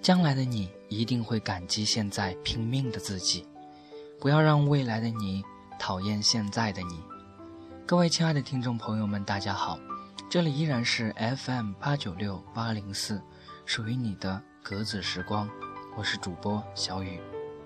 将来的你一定会感激现在拼命的自己，不要让未来的你讨厌现在的你。各位亲爱的听众朋友们，大家好，这里依然是 FM896804，属于你的格子时光，我是主播小雨。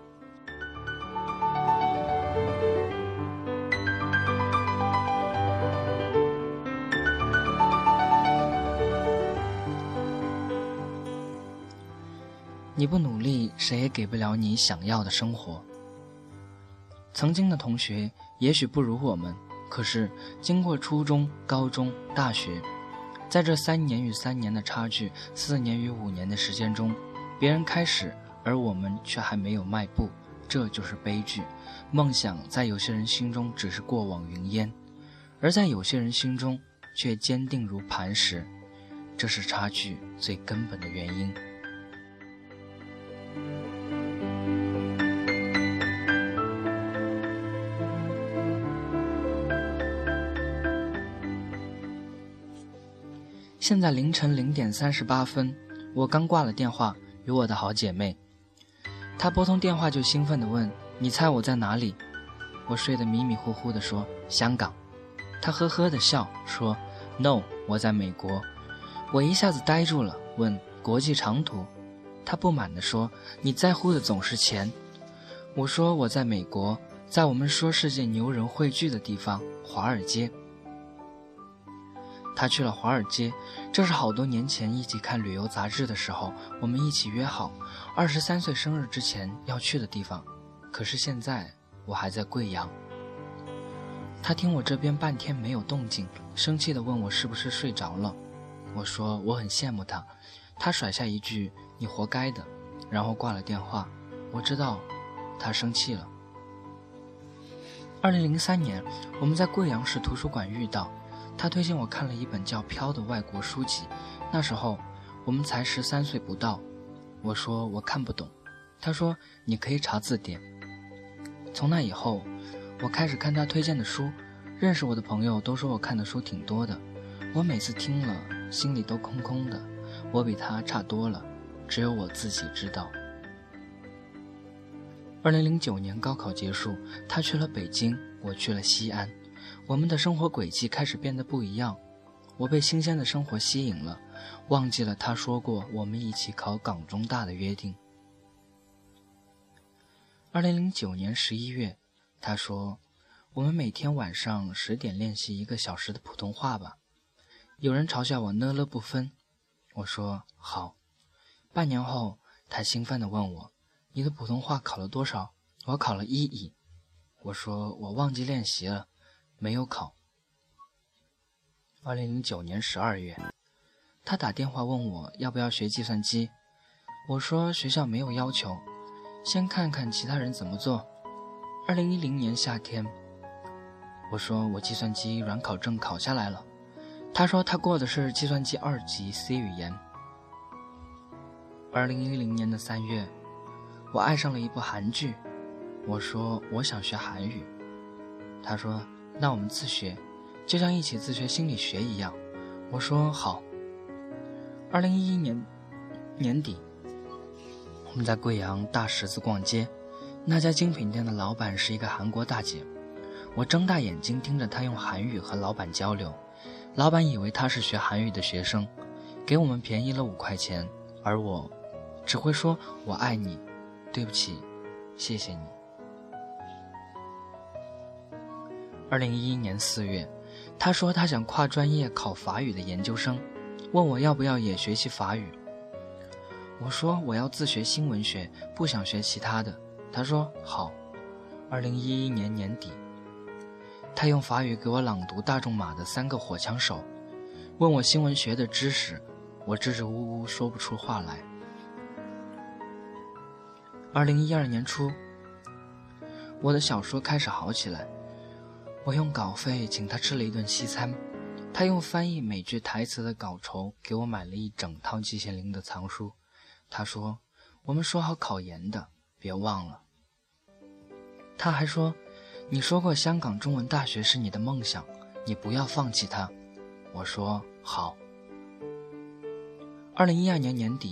你不努力，谁也给不了你想要的生活。曾经的同学也许不如我们，可是经过初中、高中、大学，在这3年与3年的差距，4年与5年的时间中，别人开始，而我们却还没有迈步，这就是悲剧。梦想在有些人心中只是过往云烟，而在有些人心中却坚定如磐石，这是差距最根本的原因。现在凌晨0点38分，我刚挂了电话，与我的好姐妹。她拨通电话就兴奋地问：“你猜我在哪里？”我睡得迷迷糊糊地说：“香港。”她呵呵地笑说 ：“No， 我在美国。”我一下子呆住了，问：“国际长途？”她不满地说：“你在乎的总是钱。”我说：“我在美国，在我们说世界牛人汇聚的地方——华尔街。”他去了华尔街，这是好多年前一起看旅游杂志的时候，我们一起约好23岁生日之前要去的地方。可是现在我还在贵阳。他听我这边半天没有动静，生气地问我是不是睡着了。我说我很羡慕他。他甩下一句你活该的，然后挂了电话。我知道他生气了。2003年我们在贵阳市图书馆遇到，他推荐我看了一本叫《飘》的外国书籍，那时候我们才13岁不到。我说我看不懂，他说你可以查字典。从那以后，我开始看他推荐的书，认识我的朋友都说我看的书挺多的，我每次听了心里都空空的，我比他差多了，只有我自己知道。2009年高考结束，他去了北京，我去了西安。我们的生活轨迹开始变得不一样，我被新鲜的生活吸引了，忘记了他说过我们一起考港中大的约定。2009年11月，他说我们每天晚上10点练习1个小时的普通话吧。有人嘲笑我呢了不分，我说好。半年后，他兴奋地问我，你的普通话考了多少？我考了1乙。我说我忘记练习了，没有考。2009年12月，他打电话问我要不要学计算机。我说学校没有要求，先看看其他人怎么做。2010年夏天，我说我计算机软考证考下来了。他说他过的是计算机2级 C 语言。2010年的3月，我爱上了一部韩剧。我说我想学韩语。他说那我们自学，就像一起自学心理学一样。我说好。2011年年底，我们在贵阳大十字逛街，那家精品店的老板是一个韩国大姐。我睁大眼睛盯着她用韩语和老板交流，老板以为她是学韩语的学生，给我们便宜了5块钱，而我只会说我爱你，对不起，谢谢你。2011年4月，他说他想跨专业考法语的研究生，问我要不要也学习法语。我说我要自学新闻学，不想学其他的。他说好。2011年年底，他用法语给我朗读大仲马的3个火枪手，问我新闻学的知识，我支支吾吾说不出话来。2012年初，我的小说开始好起来，我用稿费请他吃了一顿西餐，他用翻译美剧台词的稿酬给我买了一整套季羡林的藏书。他说我们说好考研的，别忘了。他还说你说过香港中文大学是你的梦想，你不要放弃它。我说好。2012年年底，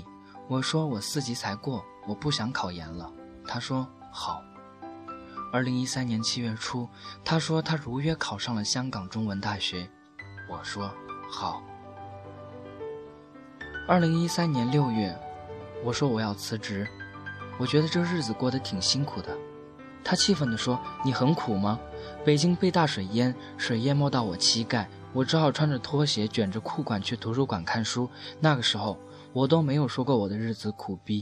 我说我4级才过，我不想考研了。他说好。2013年7月初，他说他如约考上了香港中文大学。我说好。2013年6月，我说我要辞职，我觉得这日子过得挺辛苦的。他气愤地说，你很苦吗？北京被大水淹，水淹没到我膝盖，我只好穿着拖鞋卷着裤管去图书馆看书。那个时候我都没有说过我的日子苦逼。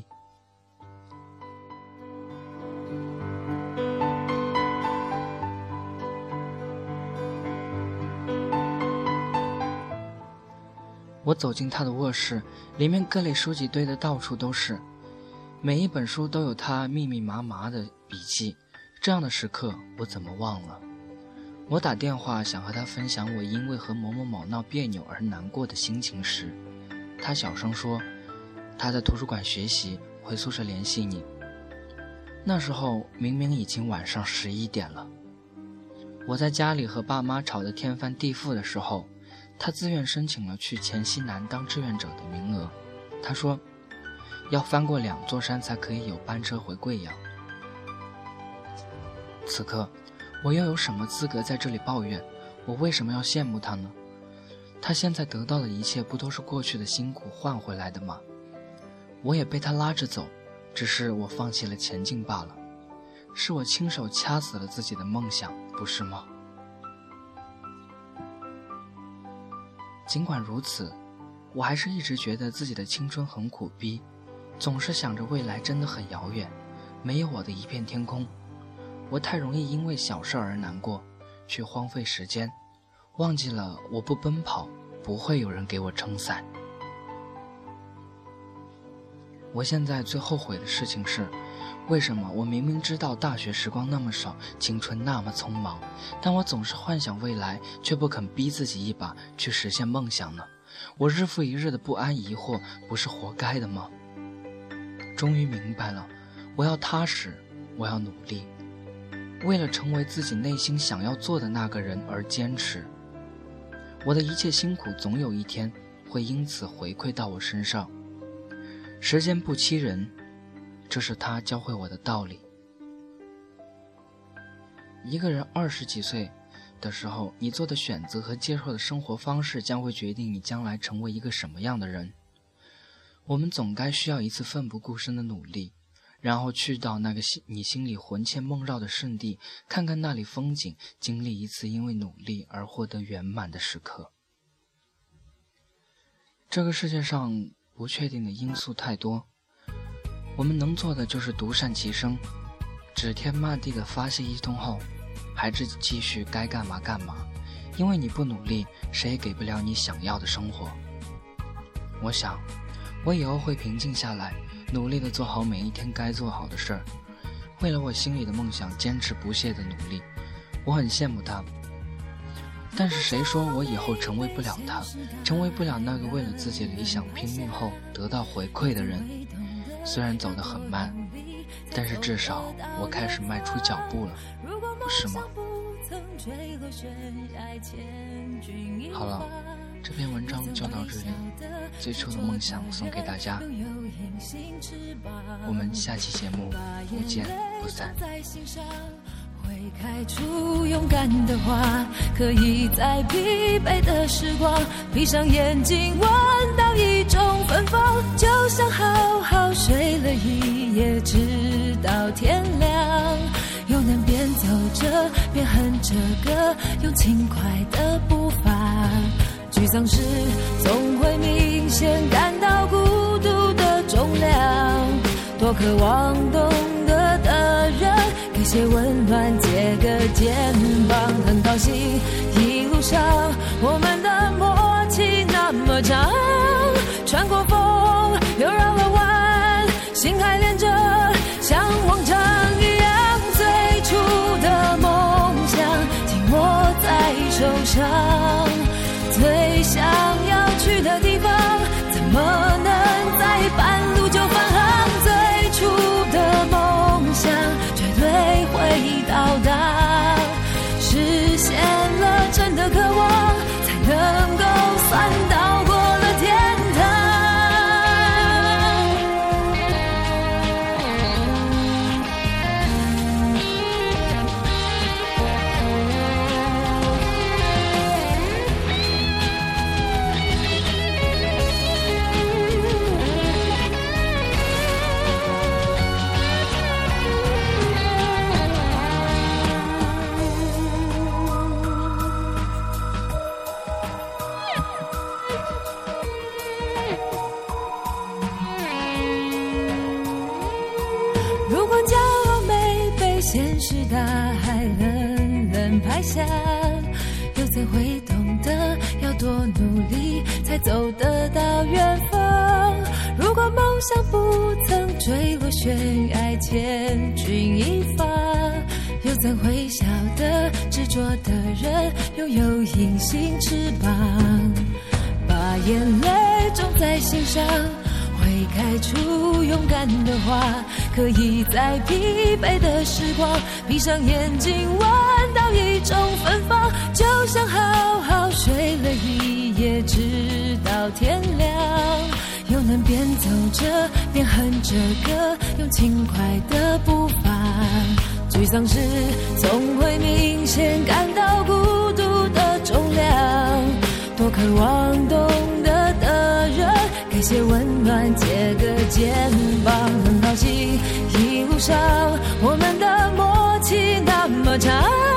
我走进他的卧室，里面各类书籍堆得到处都是，每一本书都有他密密麻麻的笔记。这样的时刻我怎么忘了？我打电话想和他分享我因为和某某某闹别扭而难过的心情时，他小声说他在图书馆学习，回宿舍联系你。那时候明明已经晚上11点了。我在家里和爸妈吵得天翻地覆的时候，他自愿申请了去黔西南当志愿者的名额。他说要翻过2座山才可以有班车回贵阳。此刻我又有什么资格在这里抱怨？我为什么要羡慕他呢？他现在得到的一切不都是过去的辛苦换回来的吗？我也被他拉着走，只是我放弃了前进罢了。是我亲手掐死了自己的梦想，不是吗？尽管如此，我还是一直觉得自己的青春很苦逼，总是想着未来真的很遥远，没有我的一片天空。我太容易因为小事而难过，去荒废时间，忘记了我不奔跑，不会有人给我撑伞。我现在最后悔的事情是，为什么我明明知道大学时光那么少，青春那么匆忙，但我总是幻想未来，却不肯逼自己一把去实现梦想呢？我日复一日的不安疑惑，不是活该的吗？终于明白了，我要踏实，我要努力，为了成为自己内心想要做的那个人而坚持。我的一切辛苦总有一天会因此回馈到我身上。时间不欺人，这是他教会我的道理。一个人20几岁的时候，你做的选择和接受的生活方式将会决定你将来成为一个什么样的人。我们总该需要一次奋不顾身的努力，然后去到那个你心里魂牵梦绕的圣地，看看那里风景，经历一次因为努力而获得圆满的时刻。这个世界上不确定的因素太多，我们能做的就是独善其身，指天骂地的发泄一通后，还是继续该干嘛干嘛，因为你不努力，谁也给不了你想要的生活。我想我以后会平静下来，努力地做好每一天该做好的事儿，为了我心里的梦想坚持不懈的努力。我很羡慕他，但是谁说我以后成为不了他，成为不了那个为了自己理想拼命后得到回馈的人。虽然走得很慢，但是至少我开始迈出脚步了，不是吗？好了，这篇文章就到这里，最初的梦想送给大家，我们下期节目不见不散。 会开出勇敢的花，可以在疲惫的时光闭上眼睛闻到一种芬芳，就像好好睡了一夜直到天亮，又能边走着边哼着歌，用轻快的步伐，沮丧时总会明显感到孤独的重量，多渴望懂得的人给些温暖，借个肩膀，很高兴一路上我们的默契那么长，穿过风又绕了弯，心还连着像往常一样，最初的梦想紧握在手上，最想要去的地方怎么能在半路就返航，最初的梦想绝对会到达，实现了真的渴望，才能够算到过了天堂。 前是大海冷冷拍下，又怎会懂得要多努力才走得到远方？如果梦想不曾坠落悬崖，千钧一发，又怎会晓得执着的人拥有隐形翅膀？把眼泪种在心上，会开出勇敢的花，可以在疲惫的时光闭上眼睛闻到一种芬芳，就像好好睡了一夜直到天亮，又能边走着边哼着歌，用轻快的步伐。沮丧时总会明显感到孤独的重量，多渴望懂得的人给些温暖，借个肩膀。很高兴一路上我们的默契那么长。